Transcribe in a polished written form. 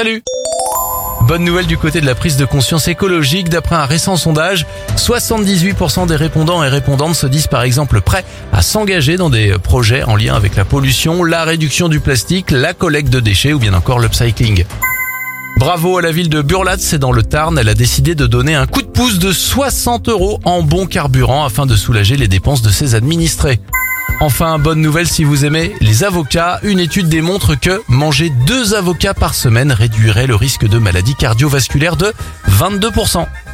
Salut! Bonne nouvelle du côté de la prise de conscience écologique. D'après un récent sondage, 78% des répondants et répondantes se disent par exemple prêts à s'engager dans des projets en lien avec la pollution, la réduction du plastique, la collecte de déchets ou bien encore l'upcycling. Bravo à la ville de Burlat, c'est dans le Tarn. Elle a décidé de donner un coup de pouce de 60 € en bon carburant afin de soulager les dépenses de ses administrés. Enfin, bonne nouvelle si vous aimez les avocats. Une étude démontre que manger 2 avocats par semaine réduirait le risque de maladies cardiovasculaires de 22%.